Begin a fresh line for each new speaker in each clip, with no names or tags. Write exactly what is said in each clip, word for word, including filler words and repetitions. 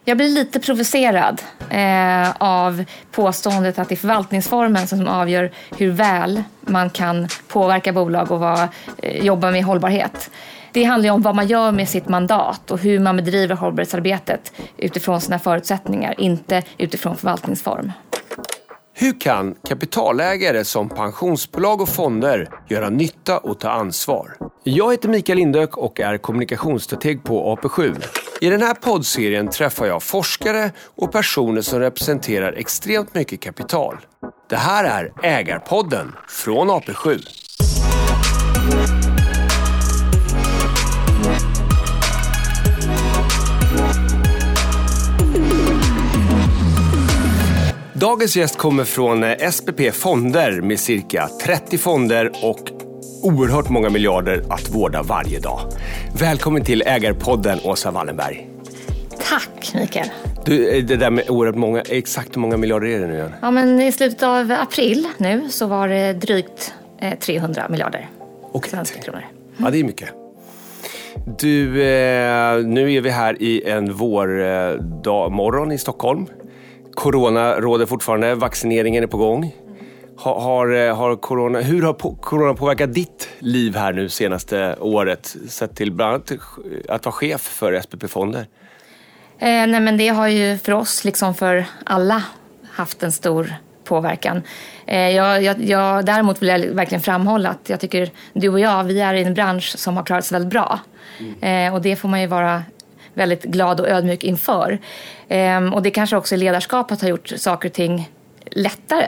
Jag blir lite provocerad eh, av påståendet att det är förvaltningsformen som avgör hur väl man kan påverka bolag och vad, eh, jobba med hållbarhet. Det handlar ju om vad man gör med sitt mandat och hur man bedriver hållbarhetsarbetet utifrån sina förutsättningar, inte utifrån förvaltningsform.
Hur kan kapitalägare som pensionsbolag och fonder göra nytta och ta ansvar? Jag heter Mikael Lindök och är kommunikationsstrateg på A P sju. I den här poddserien träffar jag forskare och personer som representerar extremt mycket kapital. Det här är Ägarpodden från A P sju. Dagens gäst kommer från S P P Fonder med cirka trettio fonder och oerhört många miljarder att vårda varje dag. Välkommen till Ägarpodden, Åsa Wallenberg.
Tack, Mikael.
Du, det där med oerhört många, exakt hur många miljarder är det nu igen?
Ja, men i slutet av april nu så var det drygt eh, trehundra miljarder svenska kronor. Mm.
Ja, det är mycket. Du, eh, nu är vi här i en vårdag, morgon i Stockholm. Corona råder fortfarande, vaccineringen är på gång. Har, har, har corona, hur har på, corona påverkat ditt liv här nu senaste året? Sett till bland annat att vara chef för S P P-fonder.
Eh, nej men det har ju för oss, liksom för alla, haft en stor påverkan. Eh, jag, jag, jag, däremot vill jag verkligen framhålla att jag tycker du och jag, vi är i en bransch som har klarat sig väldigt bra. Mm. Eh, och det får man ju vara väldigt glad och ödmjuk inför. Eh, och det kanske också ledarskapet har gjort saker och ting lättare.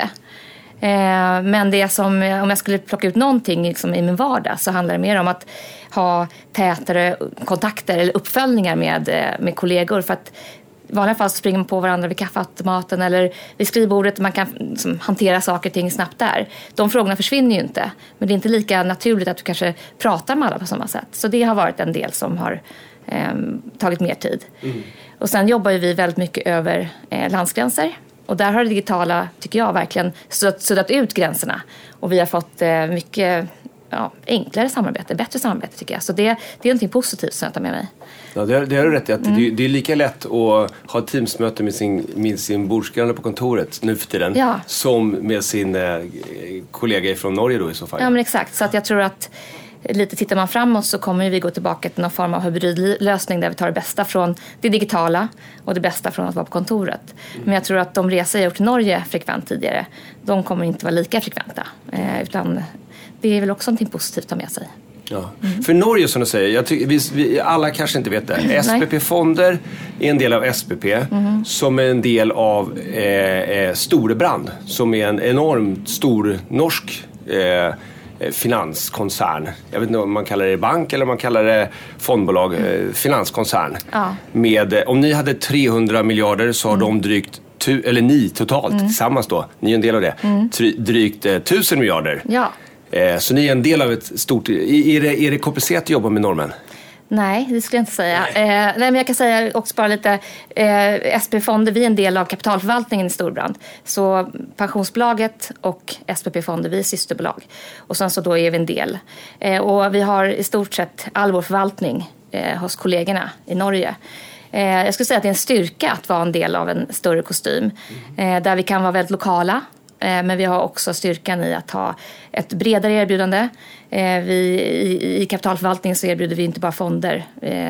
Eh, men det som, om jag skulle plocka ut någonting liksom i min vardag, så handlar det mer om att ha tätare kontakter eller uppföljningar med, med kollegor. För att i vanliga fall så springer man på varandra vid kaffeautomaten eller vid skrivbordet. Man kan liksom hantera saker och ting snabbt där. De frågorna försvinner ju inte. Men det är inte lika naturligt att du kanske pratar med alla på samma sätt. Så det har varit en del som har eh, tagit mer tid. Mm. Och sen jobbar ju vi väldigt mycket över eh, landsgränser. Och där har det digitala, tycker jag, verkligen suddat ut gränserna. Och vi har fått eh, mycket ja, enklare samarbete, bättre samarbete tycker jag. Så det, det är någonting positivt som jag tar med mig.
Ja, det har, det har du rätt i. Att mm. det, det är lika lätt att ha ett teamsmöte med sin, med sin bordsgranne på kontoret nu för tiden. Ja. Som med sin eh, kollega från Norge då i så fall.
Ja, men exakt. Så att jag tror att lite tittar man framåt så kommer vi gå tillbaka till någon form av hybridlösning där vi tar det bästa från det digitala och det bästa från att vara på kontoret. Mm. Men jag tror att de resor jag gjort till Norge frekvent tidigare, de kommer inte vara lika frekventa. Eh, utan det är väl också något positivt att ta med sig.
Ja. Mm. För Norge, som du säger, jag tycker, vi, vi alla kanske inte vet det. S P P-fonder är en del av S P P mm. som är en del av eh, Storebrand, som är en enormt stor norsk eh, finanskoncern. Jag vet inte om man kallar det bank eller om man kallar det fondbolag. Mm. Finanskoncern. Ja. Med, om ni hade trehundra miljarder så har mm. de drygt, tu, eller ni totalt mm. tillsammans då, ni är en del av det, mm. try, drygt eh, tusen miljarder. Ja. Eh, så ni är en del av ett stort... Är det, är det komplicerat att jobba med normen?
Nej, det skulle jag inte säga. Nej. Eh, nej, men jag kan säga också bara lite, eh, S P P-fonder, vi är en del av kapitalförvaltningen i Storebrand. Så pensionsbolaget och S P P-fonder, vi är systerbolag. Och sen så då är vi en del. Eh, och vi har i stort sett all vår förvaltning eh, hos kollegorna i Norge. Eh, jag skulle säga att det är en styrka att vara en del av en större kostym. Eh, där vi kan vara väldigt lokala. Men vi har också styrkan i att ha ett bredare erbjudande. Vi, i, I kapitalförvaltning så erbjuder vi inte bara fonder,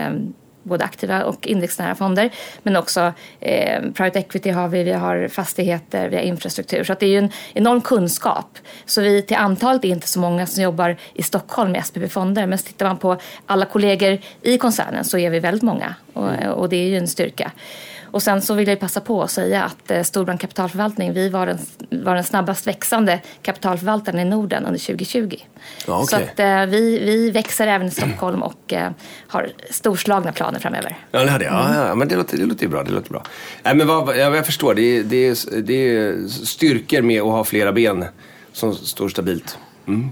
både aktiva och indexnära fonder. Men också eh, private equity har vi, vi har fastigheter, vi har infrastruktur. Så att det är ju en enorm kunskap. Så vi till antalet är inte så många som jobbar i Stockholm med S P P-fonder. Men tittar man på alla kollegor i koncernen så är vi väldigt många. Och, och det är ju en styrka. Och sen så vill jag passa på att säga att eh, Storebrand kapitalförvaltning, vi var den, var den snabbast växande kapitalförvaltaren i Norden under tjugo tjugo. Ja, okay. Så att eh, vi, vi växer även i Stockholm och eh, har storslagna planer framöver.
Ja, det hade jag. Mm. Ja, ja, men det låter, det låter bra. Det låter bra. Nej, men vad, jag, jag förstår, det är, det, är, det är styrkor med att ha flera ben som står stabilt. Mm.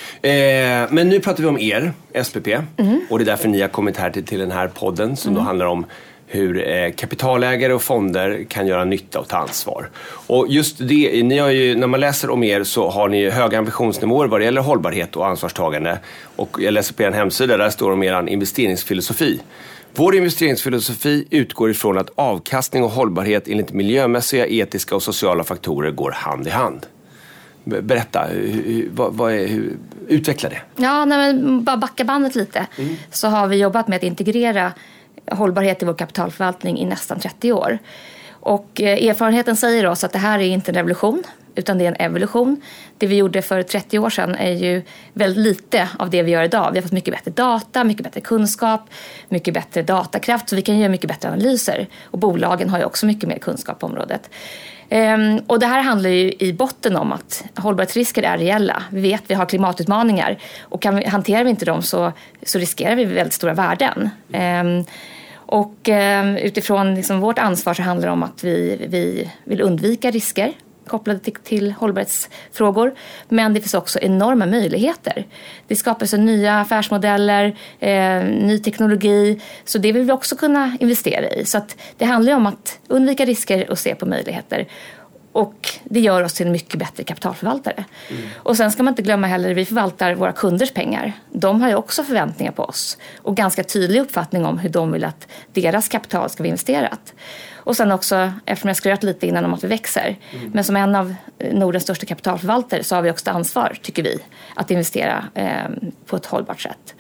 Eh, men nu pratar vi om er, S P P. Mm. Och det är därför ni har kommit här till, till den här podden som mm. då handlar om hur eh, kapitalägare och fonder kan göra nytta och ta ansvar. Och just det, ni har ju, när man läser om er så har ni höga ambitionsnivåer vad det gäller hållbarhet och ansvarstagande. Och jag läser på er hemsida, där står om er investeringsfilosofi. Vår investeringsfilosofi utgår ifrån att avkastning och hållbarhet enligt miljömässiga, etiska och sociala faktorer går hand i hand. Berätta, hur, vad, vad är, hur, utveckla det.
Ja, nej, men bara backa bandet lite. Mm. Så har vi jobbat med att integrera hållbarhet i vår kapitalförvaltning i nästan trettio år. Och erfarenheten säger oss att det här är inte en revolution, utan det är en evolution. Det vi gjorde för trettio år sedan är ju väldigt lite av det vi gör idag. Vi har fått mycket bättre data, mycket bättre kunskap, mycket bättre datakraft, så vi kan göra mycket bättre analyser. Och bolagen har ju också mycket mer kunskap på området. Um, och det här handlar ju i botten om att hållbarhetsrisker är reella. Vi vet att vi har klimatutmaningar, och kan vi, hanterar vi inte dem så, så riskerar vi väldigt stora värden. Um, och um, utifrån liksom vårt ansvar så handlar det om att vi, vi vill undvika risker kopplade till, till hållbarhetsfrågor. Men det finns också enorma möjligheter. Det skapas nya affärsmodeller, eh, ny teknologi. Så det vill vi också kunna investera i. Så att det handlar om att undvika risker och se på möjligheter. Och det gör oss till en mycket bättre kapitalförvaltare. Mm. Och sen ska man inte glömma heller, vi förvaltar våra kunders pengar. De har ju också förväntningar på oss. Och ganska tydlig uppfattning om hur de vill att deras kapital ska vara investerat. Och sen också, eftersom jag skröt lite innan om att vi växer. Mm. Men som en av Nordens största kapitalförvaltare så har vi också ansvar, tycker vi, att investera eh, på ett hållbart sätt.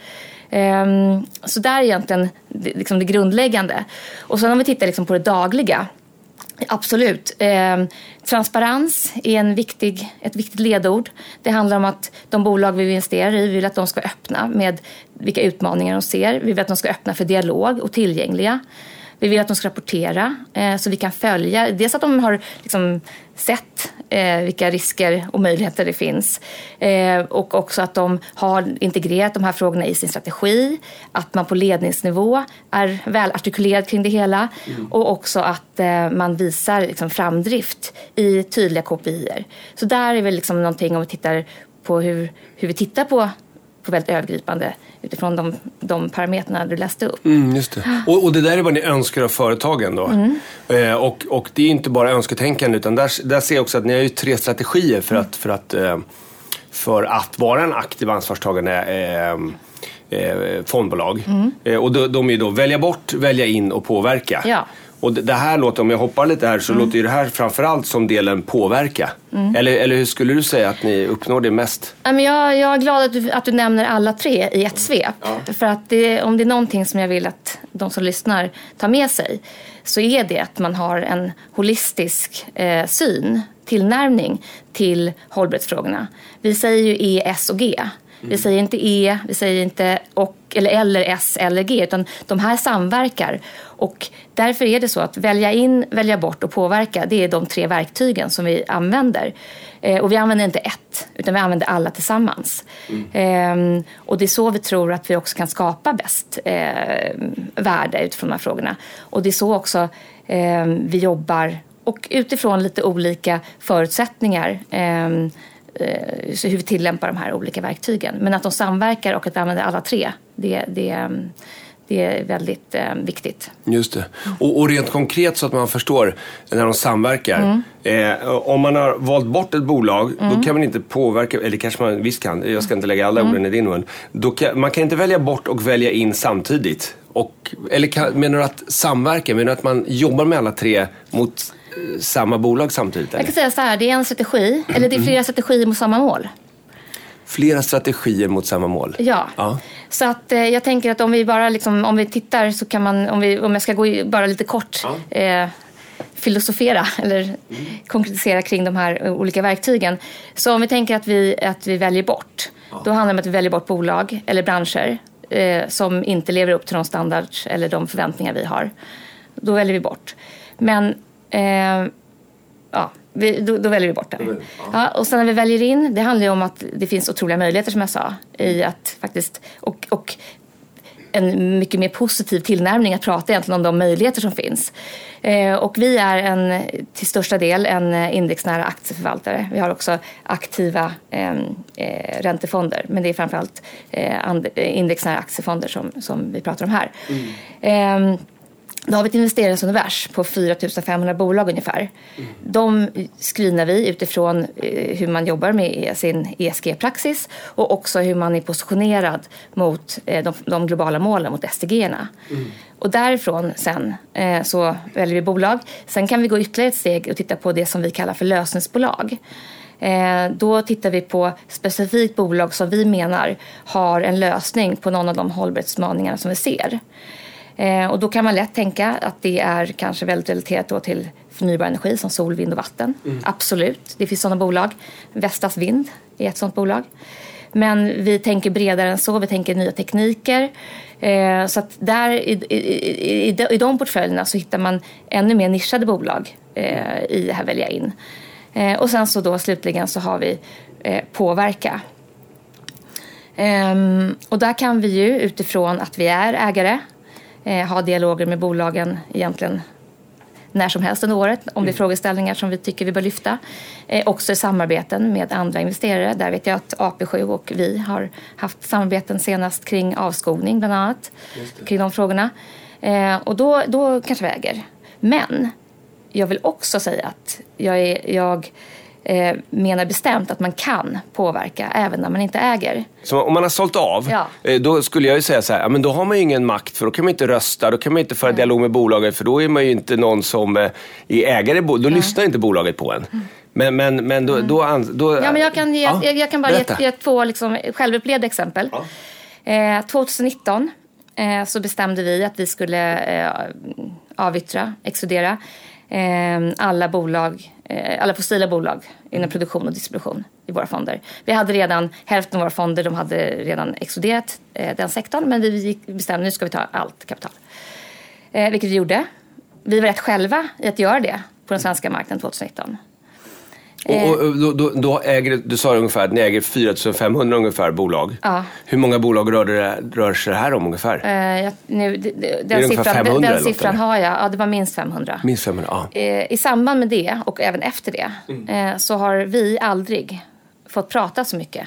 Um, så där är egentligen det, liksom det grundläggande. Och sen om vi tittar liksom på det dagliga. Absolut. Eh, transparens är en viktig, ett viktigt ledord. Det handlar om att de bolag vi investerar i, vi vill att de ska öppna med vilka utmaningar de ser. Vi vill att de ska öppna för dialog och tillgängliga. Vi vill att de ska rapportera eh, så vi kan följa. Dels att de har liksom sett eh, vilka risker och möjligheter det finns. Eh, och också att de har integrerat de här frågorna i sin strategi. Att man på ledningsnivå är väl artikulerad kring det hela. Mm. Och också att eh, man visar liksom framdrift i tydliga K P I-er. Så där är väl liksom någonting om vi tittar på hur, hur vi tittar på på väldigt övergripande utifrån de, de parametrarna du läste upp.
Mm, just det. Och, och det där är vad ni önskar av företagen då. Mm. Eh, och, och det är inte bara önsketänkande, utan där, där ser jag också att ni har ju tre strategier för, mm. att, för, att, eh, för att vara en aktiv ansvarstagande eh, eh, fondbolag. Mm. Eh, och de, de är då välja bort, välja in och påverka. Ja. Och det här låter, om jag hoppar lite här, så mm. låter ju det här framförallt som delen påverka. Mm. Eller, eller hur skulle du säga att ni uppnår det mest?
Jag, jag är glad att du, att du nämner alla tre i ett svep. Ja. För att det, om det är någonting som jag vill att de som lyssnar tar med sig, så är det att man har en holistisk eh, syn, tillnärmning till hållbarhetsfrågorna. Vi säger ju E, S och G. Vi säger inte E, vi säger inte och, eller, eller S eller G, utan de här samverkar. Och därför är det så att välja in, välja bort och påverka, det är de tre verktygen som vi använder. Eh, och vi använder inte ett, utan vi använder alla tillsammans. Mm. Eh, och det är så vi tror att vi också kan skapa bäst eh, värde utifrån de här frågorna. Och det är så också eh, vi jobbar, och utifrån lite olika förutsättningar, eh, så hur vi tillämpar de här olika verktygen. Men att de samverkar och att vi använder alla tre, det, det, det är väldigt eh, viktigt.
Just det. Och, och rent konkret så att man förstår när de samverkar. Mm. Eh, om man har valt bort ett bolag, mm. då kan man inte påverka, eller kanske man visst kan, jag ska inte lägga alla mm. orden i din mun. Då kan, man kan inte välja bort och välja in samtidigt. Och, eller kan, menar du att samverka, menar du att man jobbar med alla tre mot samma bolag samtidigt? Eller?
Jag kan säga så här, det är en strategi, eller det är flera strategier mot samma mål.
Flera strategier mot samma mål?
Ja, ja. Så att eh, jag tänker att om vi bara liksom, om vi tittar så kan man, om, vi, om jag ska gå i, bara lite kort ja. eh, filosofera eller mm. konkretisera kring de här olika verktygen. Så om vi tänker att vi, att vi väljer bort, ja. Då handlar det om att vi väljer bort bolag eller branscher eh, som inte lever upp till de standards eller de förväntningar vi har. Då väljer vi bort. Men Eh, ja, vi, då, då väljer vi bort det. Ja. Ja, och sen när vi väljer in, det handlar ju om att det finns otroliga möjligheter som jag sa i att faktiskt, och, och en mycket mer positiv tillnärmning att prata egentligen om de möjligheter som finns. Eh, och vi är en, till största del en indexnära aktieförvaltare. Vi har också aktiva eh, eh, räntefonder, men det är framförallt eh, and, indexnära aktiefonder som, som vi pratar om här. Mm. Eh, Då har vi ett investeringsunivers på fyra tusen femhundra bolag ungefär. Mm. De screenar vi utifrån hur man jobbar med sin E S G-praxis och också hur man är positionerad mot de, de globala målen, mot S D G-erna. Mm. Och därifrån sen eh, så väljer vi bolag. Sen kan vi gå ytterligare ett steg och titta på det som vi kallar för lösningsbolag. Eh, då tittar vi på specifikt bolag som vi menar har en lösning på någon av de hållbarhetsutmaningarna som vi ser. Eh, och då kan man lätt tänka att det är kanske väldigt relaterat då till förnybar energi som sol, vind och vatten. Mm. Absolut, det finns sådana bolag. Vestas Vind är ett sådant bolag. Men vi tänker bredare än så, vi tänker nya tekniker. Eh, så att där i, i, i, i de portföljerna så hittar man ännu mer nischade bolag eh, i det här välja in. Eh, och sen så då slutligen så har vi eh, påverka. Eh, och där kan vi ju utifrån att vi är ägare eh, ha dialoger med bolagen egentligen när som helst under året om det är frågeställningar som vi tycker vi bör lyfta. Eh, också i samarbeten med andra investerare. Där vet jag att A P sju och vi har haft samarbeten senast kring avskogning bland annat. Kring de frågorna. Eh, och då, då kanske vi äger. Men jag vill också säga att jag, är, jag eh, menar bestämt att man kan påverka även när man inte äger.
Så om man har sålt av, ja. Då skulle jag ju säga så här, ja, men då har man ju ingen makt, för då kan man inte rösta, då kan man inte föra mm. dialog med bolaget, för då är man ju inte någon som är ägare, då mm. lyssnar inte bolaget på en. Mm. Men, men, men då... Mm. då, då
ja, men jag kan, ge, ja, jag, jag kan bara ge, ge två liksom, självupplevda exempel. Ja. Eh, tjugonitton eh, så bestämde vi att vi skulle eh, avyttra, exkludera eh, alla bolag, eh, alla fossila bolag inom produktion och distribution i våra fonder. Vi hade redan, hälften av våra fonder, de hade redan exkluderat eh, den sektorn, men vi bestämde nu ska vi ta allt kapital. Eh, vilket vi gjorde. Vi var rätt själva i att göra det på den svenska marknaden tjugonitton.
Och, och då, då, då äger, du sa ungefär att ni äger fyra tusen femhundra ungefär bolag. Ja. Hur många bolag rör, det, rör sig det här om ungefär?
Uh, jag, nu, det, det, den siffran, den, den siffran har jag. Ja, det var minst femhundra.
Minst femhundra, ja.
Uh, I samband med det och även efter det mm. uh, så har vi aldrig fått prata så mycket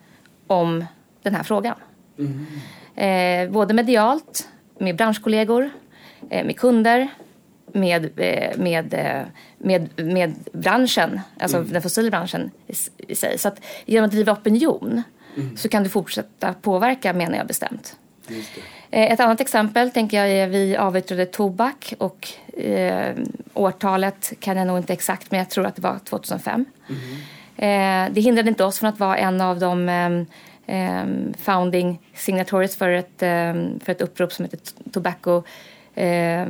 om den här frågan. Mm. Uh, både medialt, med branschkollegor, uh, med kunder, med, med, med, med branschen, alltså mm. den fossila branschen i, i sig. Så att genom att driva opinion mm. så kan du fortsätta påverka, menar jag bestämt. Just det. Ett annat exempel tänker jag är vi avyttrade tobak och eh, årtalet kan jag nog inte exakt, men jag tror att det var tjugohundrafem. Mm. Eh, det hindrade inte oss från att vara en av de eh, founding signatories för ett, eh, för ett upprop som heter Tobacco eh,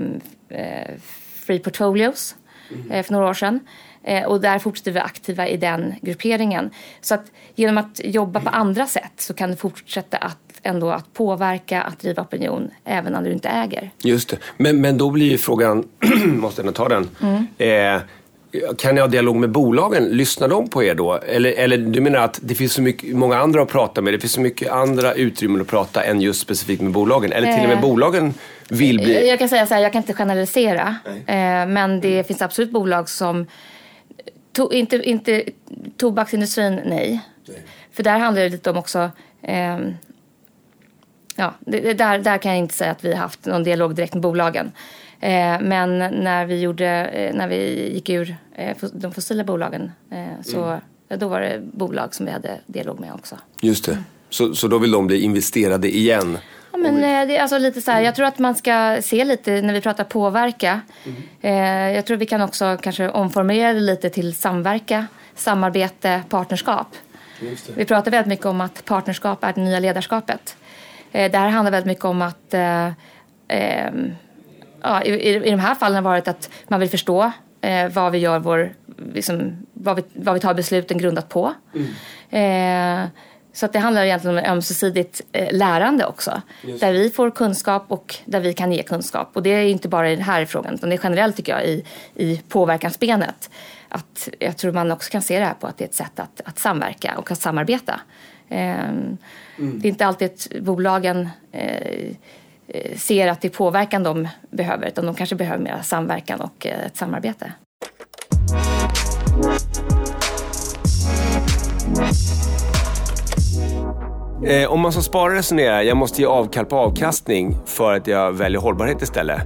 Free Portfolios mm. för några år sedan. Och där fortsätter vi aktiva i den grupperingen. Så att genom att jobba på andra sätt så kan du fortsätta att ändå att påverka, att driva opinion även när du inte äger. Just det.
Men, men då blir ju frågan, måste jag ta den. Mm. Eh, kan ni ha dialog med bolagen? Lyssnar de på er då? Eller, eller du menar att det finns så mycket, många andra att prata med? Det finns så mycket andra utrymmen att prata än just specifikt med bolagen? Eller till och med bolagen vill bli...
Jag kan säga så här, jag kan inte generalisera. Eh, men det mm. finns absolut bolag som... To, inte, inte tobaksindustrin, nej. nej. För där handlar det lite om också... Eh, ja, det, där, där kan jag inte säga att vi har haft någon dialog direkt med bolagen. Eh, men när vi gjorde, eh, när vi gick ur eh, de fossila bolagen eh, så mm. då var det bolag som vi hade dialog med också.
Just det. Mm. Så, så då vill de bli investerade igen?
Ja, men eh, det är alltså lite så här, jag tror att man ska se lite när vi pratar påverka. Mm. Eh, jag tror vi kan också kanske omformulera det lite till samverka, samarbete, partnerskap. Just det. Vi pratar väldigt mycket om att partnerskap är det nya ledarskapet. Eh, det här handlar väldigt mycket om att eh, eh, ja, i, i de här fallen har varit att man vill förstå eh, vad vi gör vår, liksom, vad, vi, vad vi tar besluten grundat på. Mm. Eh, så att det handlar egentligen om ömsesidigt eh, lärande också. Just. Där vi får kunskap och där vi kan ge kunskap. Och det är inte bara i den här frågan, utan det är generellt tycker jag i, i påverkansbenet. Att jag tror man också kan se det här på att det är ett sätt att, att samverka och att samarbeta. Eh, mm. Det är inte alltid att bolagen... Eh, ser att det är påverkan de behöver, utan de kanske behöver mer samverkan och ett samarbete.
Eh, om man som sparare resonerar, jag måste ge avkall på avkastning för att jag väljer hållbarhet istället.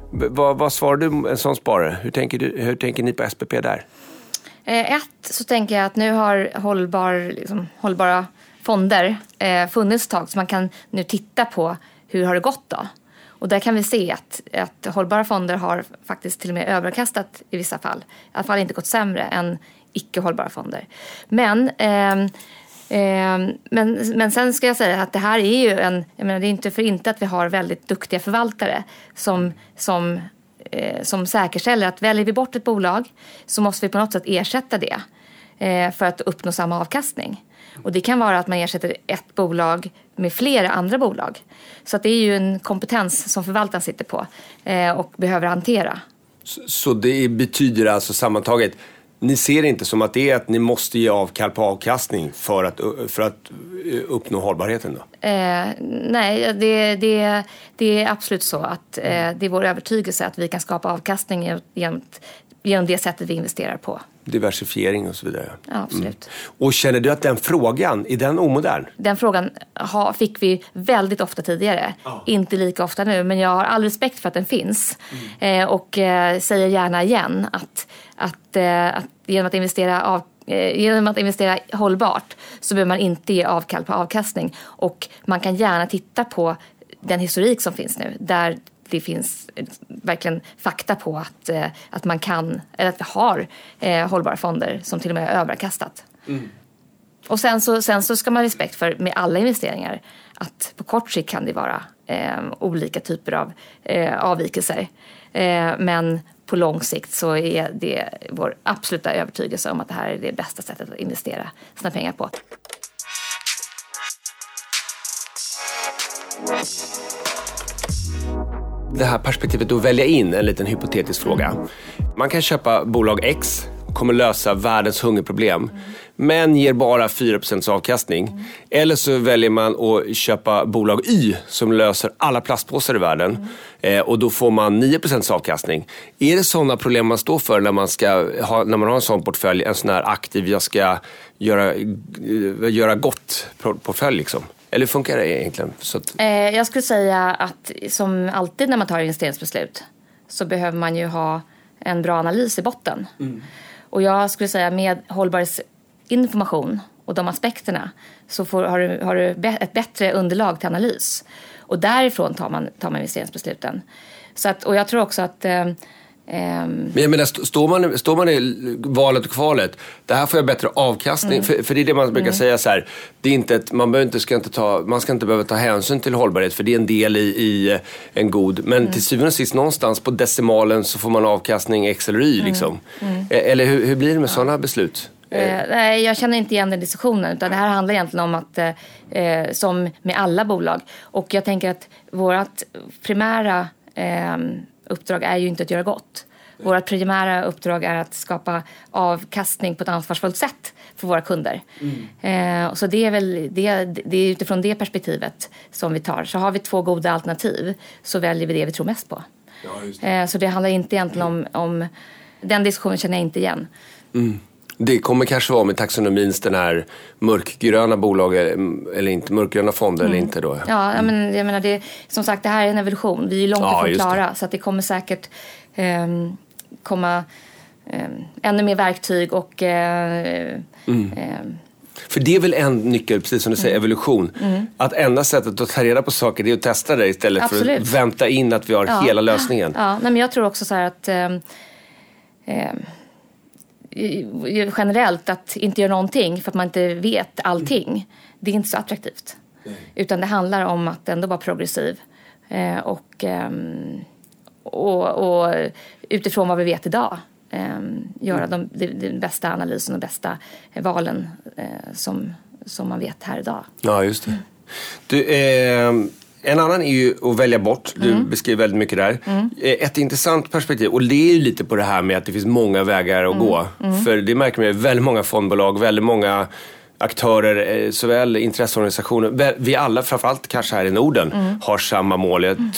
Vad, vad svarar du en sån sparare? Hur tänker, du, hur tänker ni på S P P där?
Eh, ett så tänker jag att nu har hållbar, liksom, hållbara fonder eh, funnits ett tag, så man kan nu titta på hur har det gått då. Och där kan vi se att, att hållbara fonder har faktiskt till och med överkastat i vissa fall. I alla fall inte gått sämre än icke-hållbara fonder. Men, eh, eh, men, men sen ska jag säga att det här är ju en... Jag menar, det är inte för inte att vi har väldigt duktiga förvaltare som, som, eh, som säkerställer att väljer vi bort ett bolag så måste vi på något sätt ersätta det eh, för att uppnå samma avkastning. Och det kan vara att man ersätter ett bolag med flera andra bolag. Så att det är ju en kompetens som förvaltaren sitter på eh, och behöver hantera.
Så, så det betyder alltså sammantaget, ni ser det inte som att det är att ni måste ge avkall på avkastning för att, för att uppnå hållbarheten då?
Eh, nej, det, det, det är absolut så att eh, det är vår övertygelse att vi kan skapa avkastning genom, genom det sättet vi investerar på.
Diversifiering och så vidare.
Ja, absolut.
Mm. Och känner du att den frågan, är den omodern?
Den frågan ha, fick vi väldigt ofta tidigare. Oh. Inte lika ofta nu, men jag har all respekt för att den finns. Mm. Eh, och eh, säger gärna igen att, att, eh, att genom att investera av eh, genom att investera hållbart så behöver man inte ge avkall på avkastning. Och man kan gärna titta på den historik som finns nu, där det finns verkligen fakta på att, eh, att man kan, eller att vi har eh, hållbara fonder som till och med är överkastat. Mm. Och sen så, sen så ska man ha respekt för med alla investeringar att på kort sikt kan det vara eh, olika typer av eh, avvikelser. Eh, men på lång sikt så är det vår absoluta övertygelse om att det här är det bästa sättet att investera sina pengar på.
Det här perspektivet att välja in en liten hypotetisk fråga. Man kan köpa bolag X, kommer lösa världens hungerproblem, mm. men ger bara fyra procent avkastning. Mm. Eller så väljer man att köpa bolag Y som löser alla plastpåsar i världen, mm. eh, och då får man nio procent avkastning. Är det sådana problem man står för när man, ska ha, när man har en sån portfölj, en sån här aktiv, jag ska göra, göra gott portfölj liksom? Eller funkar det egentligen? Så att...
eh, jag skulle säga att som alltid när man tar investeringsbeslut så behöver man ju ha en bra analys i botten. Mm. Och jag skulle säga med hållbarhetsinformation och de aspekterna så får, har du, har du ett bättre underlag till analys. Och därifrån tar man, tar man investeringsbesluten. Så att, och jag tror också att... Eh,
Men jag menar, står man, står man i valet och kvalet, det här får jag bättre avkastning, mm. för, för det är det man brukar mm. säga så här, det är inte ett, man, behöver inte, ska inte ta, man ska inte behöva ta hänsyn till hållbarhet, för det är en del i, i en god, men mm. till syvende och sist någonstans på decimalen så får man avkastning X eller Y mm. liksom. Mm. Eller hur, hur blir det med ja. sådana beslut?
Eh, nej, jag känner inte igen den diskussionen, utan det här handlar egentligen om att eh, som med alla bolag, och jag tänker att vårt primära eh, uppdrag är ju inte att göra gott. Vårt primära uppdrag är att skapa avkastning på ett ansvarsfullt sätt för våra kunder. Mm. Eh, så det är väl det, det är utifrån det perspektivet som vi tar. Så har vi två goda alternativ så väljer vi det vi tror mest på. Ja, just det. Eh, så det handlar inte egentligen om, om... Den diskussionen känner jag inte igen.
Mm. Det kommer kanske vara med taxonomins den här mörkgröna bolag eller inte, mörkgröna fonder mm. eller inte då.
Ja, mm. men jag menar det, som sagt, det här är en evolution. Vi är långt ifrån ja, klara, så att det kommer säkert eh, komma eh, ännu mer verktyg och eh, mm. eh,
för det är väl en nyckel, precis som du säger, mm. evolution. Mm. Att enda sättet att ta reda på saker är att testa det istället Absolut. för att vänta in att vi har ja. hela lösningen.
Ja, nej, men jag tror också så här att eh, eh, generellt att inte göra någonting för att man inte vet allting, mm. det är inte så attraktivt. Nej. Utan det handlar om att ändå vara progressiv eh, och, eh, och, och utifrån vad vi vet idag eh, göra mm. de, de, de bästa analysen och bästa valen eh, som, som man vet här idag.
Ja, just det. Du, eh... En annan är ju att välja bort. Du mm. beskriver väldigt mycket där. Mm. Ett intressant perspektiv. Och det är ju lite på det här med att det finns många vägar att mm. gå. Mm. För det märker man ju, väldigt många fondbolag, väldigt många aktörer, såväl intresseorganisationer. Vi alla, framförallt kanske här i Norden, mm. har samma mål. Jag mm. tror att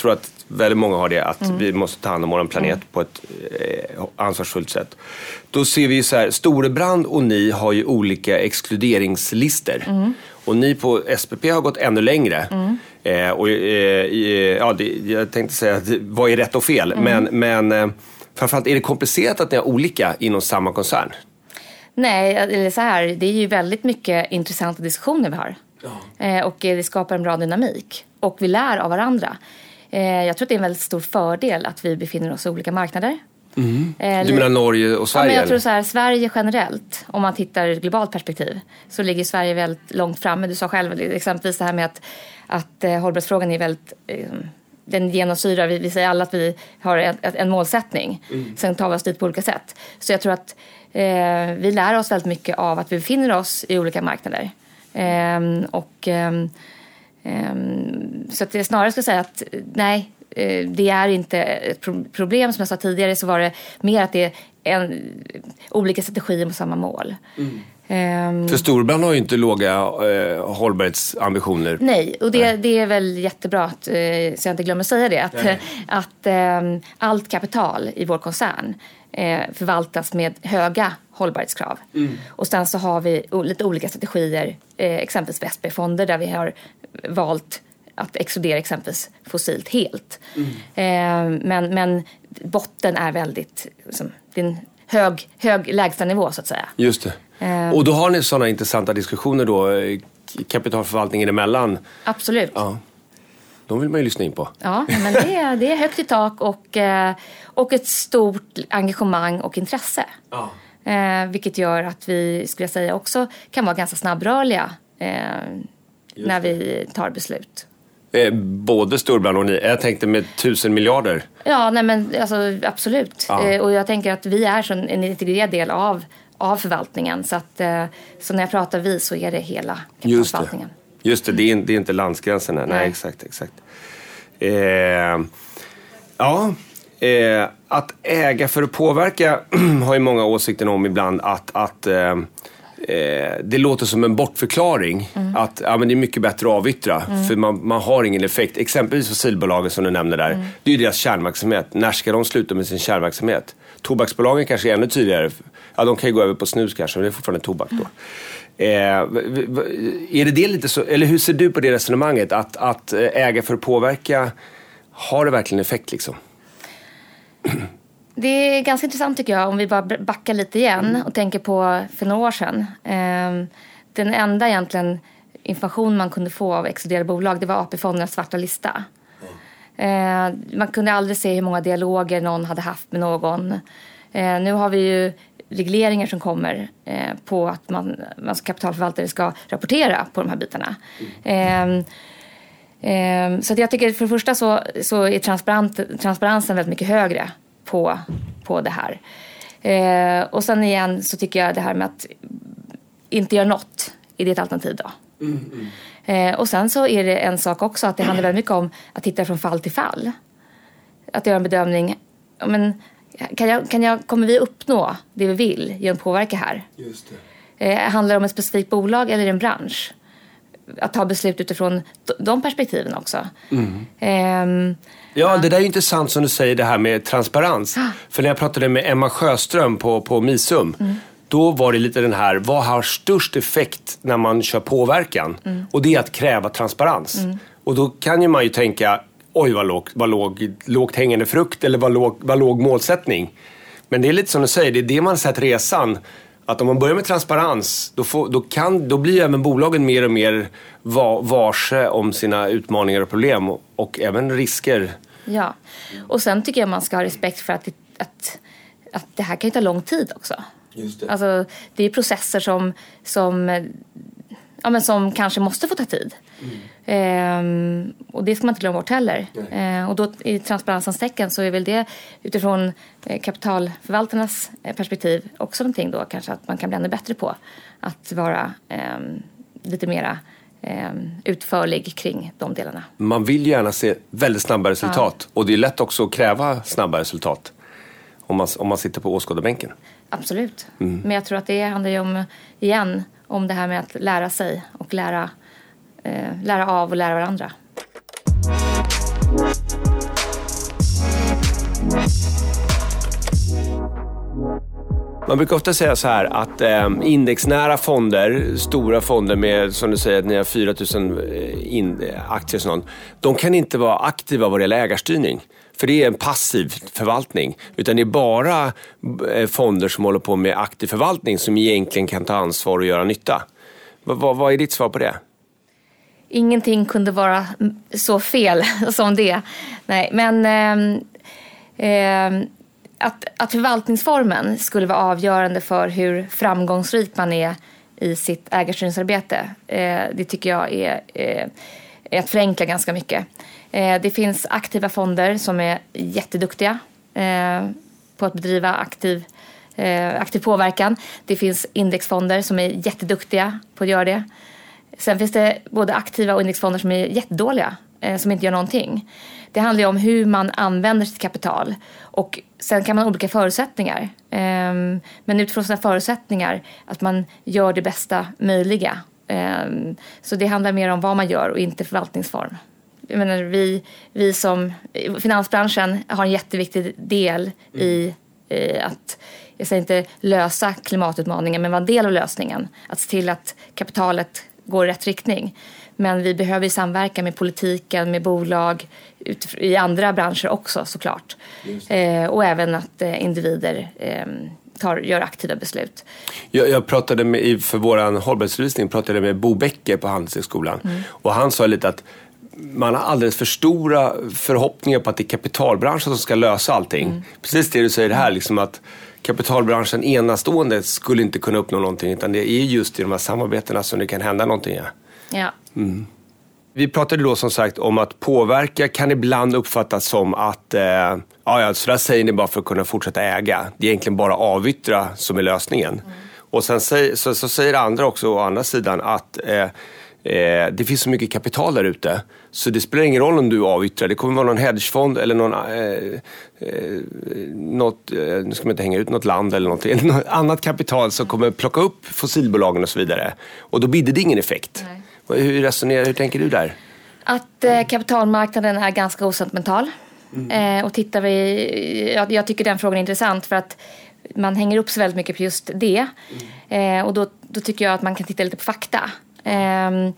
väldigt många har det, att
Mm.
vi måste ta hand om vår planet mm. på ett eh, ansvarsfullt sätt. Då ser vi ju så här, Storebrand och ni har ju olika exkluderingslister. Mm. Och ni på S P P har gått ännu längre. Mm. Eh, och, eh, ja, det, jag tänkte säga, att, vad är rätt och fel? Mm. Men, men eh, framförallt, är det komplicerat att ni har olika inom samma koncern?
Nej, eller så här, det är ju väldigt mycket intressanta diskussioner vi har. Ja. Eh, och det skapar en bra dynamik. Och vi lär av varandra. Eh, jag tror att det är en väldigt stor fördel att vi befinner oss i olika marknader.
Mm. Eh, du menar Norge och Sverige?
Ja, men jag tror så här, Sverige generellt, om man tittar i ett globalt perspektiv, så ligger Sverige väldigt långt framme. Du sa själv exempelvis det här med att, att eh, hållbarhetsfrågan är väldigt... Eh, den genomsyrar, vi, vi säger alla att vi har en, en målsättning. Mm. Sen tar vi oss dit på olika sätt. Så jag tror att eh, vi lär oss väldigt mycket av att vi befinner oss i olika marknader. Eh, och eh, eh, så att jag snarare ska säga att nej, eh, det är inte ett pro- problem. Som jag sa tidigare så var det mer att det är en, olika strategier på samma mål. Mm. Um,
För Storebrand har ju inte låga eh, hållbarhetsambitioner.
Nej, och det, det är väl jättebra att, eh, så jag inte glömmer säga det, att, eh, att eh, allt kapital i vår koncern eh, förvaltas med höga hållbarhetskrav. Mm. Och sen så har vi o- lite olika strategier, eh, exempelvis för S P-fonder där vi har valt att exkludera exempelvis fossilt helt. Mm. Eh, men, men botten är väldigt, liksom, det är en hög, hög lägsta nivå så att säga.
Just det. Och då har ni sådana intressanta diskussioner då, kapitalförvaltningen emellan.
Absolut.
Ja. De vill man ju lyssna in på.
Ja, men det är, det är högt i tak och, och ett stort engagemang och intresse. Ja. Eh, vilket gör att vi, skulle jag säga, också kan vara ganska snabbrörliga eh, när vi tar beslut.
Eh, både Storebrand och ni. Jag tänkte med tusen miljarder.
Ja, nej men alltså, absolut.
Ja.
Eh, och jag tänker att vi är en integrerad del av av förvaltningen. Så, att, så när jag pratar vi så är det hela kapitalförvaltningen.
Just det, Just det, det, är, det är inte landsgränserna. Nej, Nej exakt. exakt. Eh, ja, eh, att äga för att påverka har ju många åsikter om ibland att, att eh, det låter som en bortförklaring. Mm. Att ja, men det är mycket bättre att avyttra. Mm. För man, man har ingen effekt. Exempelvis fossilbolagen som du nämnde där. Mm. Det är ju deras kärnverksamhet. När ska de sluta med sin kärnverksamhet? Tobaksbolagen kanske är ännu tydligare. Ja, de kan ju gå över på snus kanske, men det är fortfarande tobak då. Eh, är det det lite så, eller hur ser du på det resonemanget? Att, att äga för att påverka, har det verkligen effekt liksom?
Det är ganska intressant tycker jag, om vi bara backar lite igen mm. och tänker på för några år sedan. Eh, den enda egentligen information man kunde få av exkluderade bolag, det var A P-fondernas svarta lista. Mm. Eh, man kunde aldrig se hur många dialoger någon hade haft med någon. Eh, nu har vi ju regleringar som kommer eh, på att man, man som kapitalförvaltare ska rapportera på de här bitarna. Mm. Eh, eh, så att jag tycker för det första så, så är transparent, transparensen väldigt mycket högre på, på det här. Eh, och sen igen så tycker jag det här med att inte göra något, är det ett alternativ då? Mm, mm. Eh, och sen så är det en sak också att det handlar väldigt mycket om att titta från fall till fall. Att göra en bedömning, men Kan jag, kan jag, kommer vi uppnå det vi vill genom att påverka här? Just det. Eh, handlar det om ett specifikt bolag eller en bransch? Att ta beslut utifrån de perspektiven också. Mm. Eh,
ja, det där är ju intressant som du säger, det här med transparens. Ah. För när jag pratade med Emma Sjöström på, på Misum, mm. då var det lite den här, vad har störst effekt när man kör påverkan? Mm. Och det är att kräva transparens. Mm. Och då kan ju man ju tänka, oj vad låg, vad låg, lågt hängande frukt eller vad låg, vad låg målsättning. Men det är lite som du säger, det är det man sett resan. Att om man börjar med transparens, då, får, då, kan, då blir även bolagen mer och mer var, varse om sina utmaningar och problem och, och även risker. Ja,
och sen tycker jag man ska ha respekt för att det, att, att det här kan ju ta lång tid också. Just det. Alltså, det är processer som, som, ja, men som kanske måste få ta tid. Mm. Ehm, och det ska man inte glömma bort heller. Ehm, och då i transparensens tecken så är väl det utifrån eh, kapitalförvaltarnas eh, perspektiv också någonting då kanske att man kan bli ännu bättre på att vara eh, lite mera eh, utförlig kring de delarna.
Man vill gärna se väldigt snabba resultat, ja. Och det är lätt också att kräva snabba resultat om man, om man sitter på åskådarbänken.
Absolut, mm. Men jag tror att det handlar ju om, igen, om det här med att lära sig och lära Eh, lära av och lära varandra.
Man brukar ofta säga så här att eh, indexnära fonder, stora fonder med, som du säger, att ni har fyra tusen in, aktier och sånt, de kan inte vara aktiva vad det gäller ägarstyrning. För det är en passiv förvaltning. Utan det är bara fonder som håller på med aktiv förvaltning som egentligen kan ta ansvar och göra nytta. Vad, vad, vad är ditt svar på det?
Ingenting kunde vara så fel som det. Nej, men eh, eh, att, att förvaltningsformen skulle vara avgörande för hur framgångsrik man är i sitt ägarstyrningsarbete, eh, det tycker jag är, eh, är att förenkla ganska mycket. Eh, det finns aktiva fonder som är jätteduktiga eh, på att bedriva aktiv, eh, aktiv påverkan. Det finns indexfonder som är jätteduktiga på att göra det. Sen finns det både aktiva och indexfonder som är jättedåliga, eh, som inte gör någonting. Det handlar ju om hur man använder sitt kapital. Och sen kan man ha olika förutsättningar. Eh, men utifrån sina förutsättningar att man gör det bästa möjliga. Eh, så det handlar mer om vad man gör och inte förvaltningsform. Jag menar, vi, vi som finansbranschen har en jätteviktig del i eh, att, jag säger inte lösa klimatutmaningen, men vara en del av lösningen. Att se till att kapitalet går i rätt riktning. Men vi behöver ju samverka med politiken, med bolag, i andra branscher också såklart. Eh, och även att eh, individer eh, tar, gör aktiva beslut.
Jag, jag pratade med, för vår hållbarhetsredovisning pratade med Bo Becker på Handelshögskolan. Mm. Och han sa lite att man har alldeles för stora förhoppningar på att det är kapitalbranschen som ska lösa allting. Mm. Precis det du säger här, liksom att kapitalbranschen enastående skulle inte kunna uppnå någonting, utan det är just i de här samarbetena som det kan hända någonting. Ja.
Ja.
Mm. Vi pratade då som sagt om att påverka kan ibland uppfattas som att eh, ja, så där säger ni bara för att kunna fortsätta äga. Det är egentligen bara avyttra som är lösningen. Mm. Och sen så, så, så säger andra också å andra sidan att eh, Eh, det finns så mycket kapital där ute så det spelar ingen roll om du avyttrar. Det kommer vara någon hedgefond eller någon eh, eh, något, eh, nu ska man inte hänga ut något land eller något, eller något annat kapital som kommer plocka upp fossilbolagen och så vidare. Och då blir det ingen effekt. Nej. Hur resonerar, hur tänker du där?
Att eh, kapitalmarknaden är ganska osentimental. Mm. Eh, och tittar vi, jag, jag tycker den frågan är intressant för att man hänger upp sig väldigt mycket på just det. Mm. Eh, och då, då tycker jag att man kan titta lite på fakta. Eh,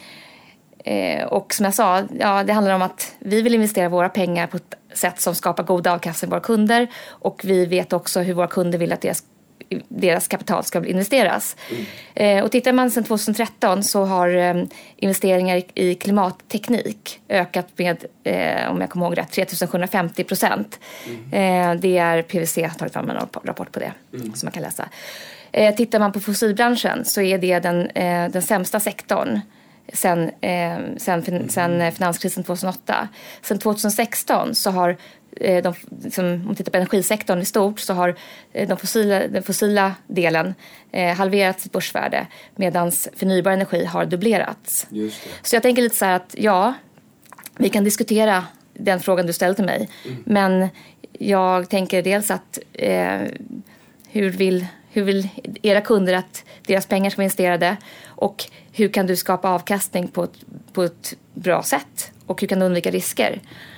eh, och som jag sa, ja, det handlar om att vi vill investera våra pengar på ett sätt som skapar god avkastning för våra kunder. Och vi vet också hur våra kunder vill att deras, deras kapital ska investeras. Mm. Eh, och tittar man sedan tjugohundratretton så har eh, investeringar i, i klimatteknik ökat med, eh, om jag kommer ihåg rätt, tre tusen sjuhundrafemtio procent. Mm. Eh, det är P W C har tagit fram en rapport på det mm. som man kan läsa. Eh, tittar man på fossilbranschen så är det den, eh, den sämsta sektorn sen, eh, sen, fin- sen finanskrisen tjugohundraåtta. Sen tjugohundrasexton så har, eh, de, liksom, om man tittar på energisektorn i stort, så har eh, de fossila, den fossila delen eh, halverat sitt börsvärde medan förnybar energi har dubblerats.
Just det.
Så jag tänker lite så här att ja, vi kan diskutera den frågan du ställde till mig. Mm. Men jag tänker dels att eh, hur vill Hur vill era kunder att deras pengar ska vara investerade? Och hur kan du skapa avkastning på ett, på ett bra sätt? Och hur kan du undvika risker?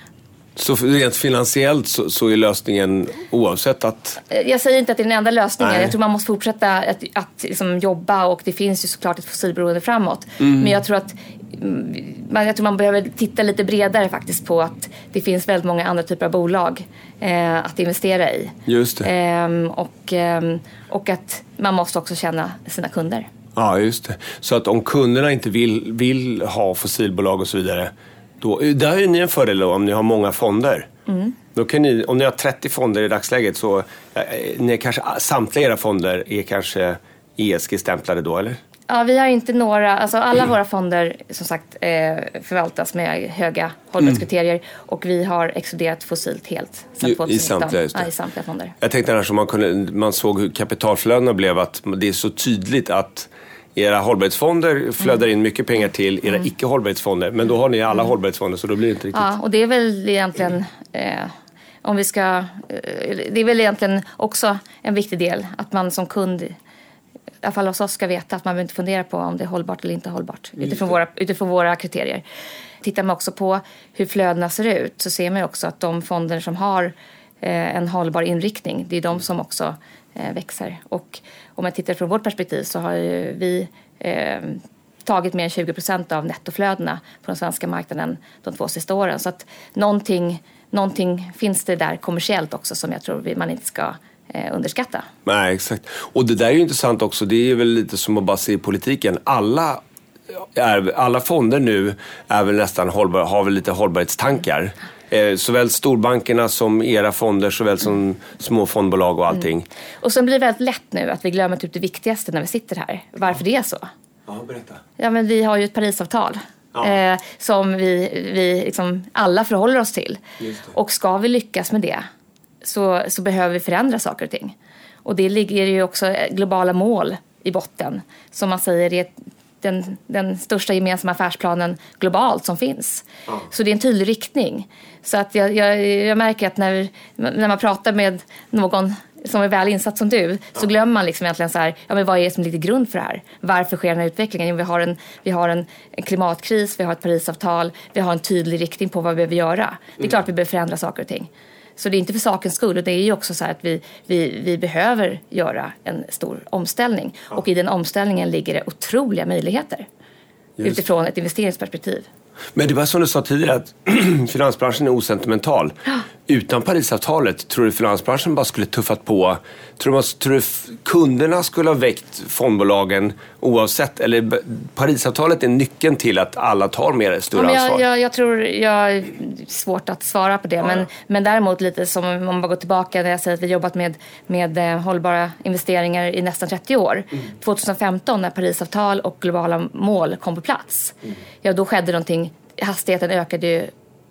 Så rent finansiellt så, så är lösningen oavsett att...
Jag säger inte att det är den enda lösningen.
Nej.
Jag tror man måste fortsätta att, att liksom jobba. Och det finns ju såklart ett fossilberoende framåt. Mm. Men jag tror att man, jag tror man behöver titta lite bredare faktiskt på att det finns väldigt många andra typer av bolag eh, att investera i.
Just det.
Eh, och, eh, och att man måste också känna sina kunder.
Ja, just det. Så att om kunderna inte vill, vill ha fossilbolag och så vidare, då, där är ju ni en fördel då, om ni har många fonder. Mm. Då kan ni, om ni har trettio fonder i dagsläget så eh, ni är kanske, samtliga era fonder är kanske E S G-stämplade då, eller?
Ja, vi har inte några, alltså alla mm. våra fonder som sagt eh, förvaltas med höga hållbarhetskriterier mm. och vi har exkluderat fossilt helt
sedan I samtliga, just det.
Ja, i samtliga fonder.
Jag tänkte annars om man, kunde, man såg hur kapitalflödena blev, att det är så tydligt att era hållbarhetsfonder flödar in mycket pengar till era mm. icke-hållbarhetsfonder, men då har ni alla mm. hållbarhetsfonder så då blir det inte riktigt.
Ja, och det är väl egentligen eh, om vi ska eh, det är väl egentligen också en viktig del att man som kund i alla fall hos oss ska veta att man behöver inte fundera på om det är hållbart eller inte hållbart utifrån våra, utifrån våra kriterier. Tittar man också på hur flödena ser ut så ser man också att de fonder som har en hållbar inriktning. Det är de som också växer. Och om jag tittar från vårt perspektiv så har ju vi eh, tagit mer än tjugo procent av nettoflödena på den svenska marknaden de två sista åren. Så att någonting, någonting finns det där kommersiellt också som jag tror man inte ska eh, underskatta.
Nej, exakt. Och det där är ju intressant också. Det är väl lite som att bara se i politiken. Alla, är, alla fonder nu är väl nästan hållbar, har väl lite hållbarhetstankar. Eh, såväl storbankerna som era fonder, såväl som små fondbolag och allting. Mm.
Och så blir det väldigt lätt nu att vi glömmer typ det viktigaste när vi sitter här. Varför det är så?
Ja, berätta.
Ja, men vi har ju ett Parisavtal ja. eh, som vi, vi liksom alla förhåller oss till. Och ska vi lyckas med det så, så behöver vi förändra saker och ting. Och det ligger ju också globala mål i botten. Som man säger är den, den största gemensamma affärsplanen globalt som finns. Ja. Så det är en tydlig riktning. Så att jag, jag, jag märker att när, när man pratar med någon som är väl insatt som du, så ja. glömmer man liksom egentligen så här, ja men vad är det som ligger till grund för det här? Varför sker den här utvecklingen? Jo, vi har en, vi har en, en klimatkris, vi har ett Parisavtal, vi har en tydlig riktning på vad vi behöver göra. Det är mm. klart vi behöver förändra saker och ting. Så det är inte för sakens skull, och det är ju också så här att vi, vi, vi behöver göra en stor omställning. Ja. Och i den omställningen ligger det otroliga möjligheter. Just. Utifrån ett investeringsperspektiv.
Men det var som du sa tidigare att finansbranschen är osentimental. Ja. Utan Parisavtalet, tror du finansbranschen bara skulle tuffat på? Tror du, tror du kunderna skulle ha väckt fondbolagen oavsett? Eller Parisavtalet är nyckeln till att alla tar mer större
ja,
ansvar?
Jag, jag, jag tror jag är svårt att svara på det. Ja. Men, men däremot lite som om man bara går tillbaka när jag säger att vi jobbat med, med eh, hållbara investeringar i nästan trettio år. Mm. tjugohundrafemton när Parisavtal och globala mål kom på plats. Mm. Ja, då skedde någonting. Hastigheten ökade ju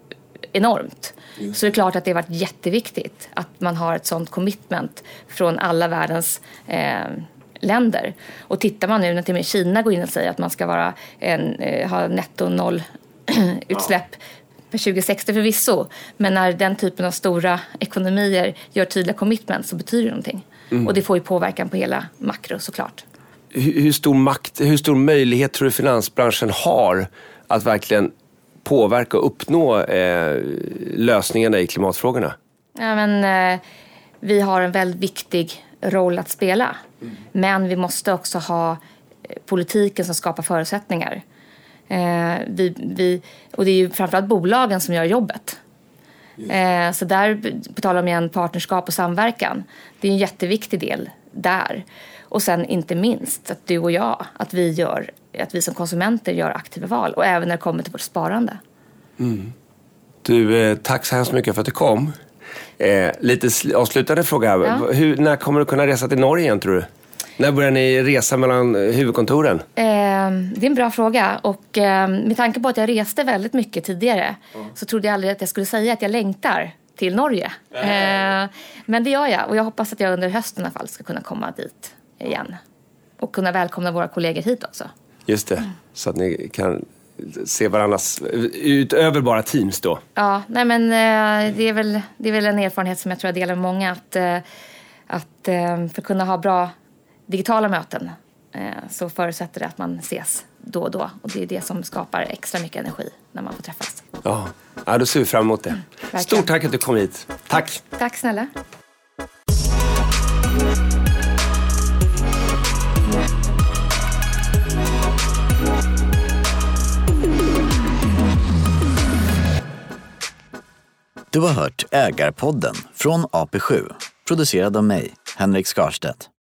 enormt. Just. Så det är klart att det har varit jätteviktigt att man har ett sånt commitment från alla världens eh, länder. Och tittar man nu när till och med Kina går in och säger att man ska vara en, eh, ha netto noll utsläpp ja. för tjugo sextio förvisso. Men när den typen av stora ekonomier gör tydliga commitment så betyder det någonting. Mm. Och det får ju påverkan på hela makro såklart.
Hur, hur stor makt, hur stor möjlighet tror du finansbranschen har att verkligen påverka och uppnå eh, lösningarna i klimatfrågorna?
Ja, men, eh, vi har en väldigt viktig roll att spela. Mm. Men vi måste också ha politiken som skapar förutsättningar. Eh, vi, vi, och det är ju framförallt bolagen som gör jobbet. Eh, så där betalar de igen partnerskap och samverkan. Det är en jätteviktig del där. Och sen inte minst att du och jag, att vi gör att vi som konsumenter gör aktiva val. Och även när det kommer till vårt sparande. Mm.
Du, eh, tack så hemskt mycket för att du kom. Eh, lite sl- avslutande fråga. Ja. Hur, när kommer du kunna resa till Norge igen, tror du? När börjar ni resa mellan huvudkontoren? Eh,
det är en bra fråga. Och eh, med tanke på att jag reste väldigt mycket tidigare. Mm. Så trodde jag aldrig att jag skulle säga att jag längtar till Norge. Mm. Eh, men det gör jag. Och jag hoppas att jag under hösten i alla fall ska kunna komma dit igen. Och kunna välkomna våra kollegor hit också. Just det, mm. så att ni kan se varandras utöver bara Teams då. Ja, nej men eh, det är väl det är väl en erfarenhet som jag tror jag delar med många att eh, att eh, för att kunna ha bra digitala möten eh, så förutsätter det att man ses då och då, och det är det som skapar extra mycket energi när man får träffas. Ja, ja då ser vi fram emot det. Mm, stort tack att du kom hit. Tack. Tack snälla. Du har hört Ägarpodden från A P sju, producerad av mig, Henrik Skarstedt.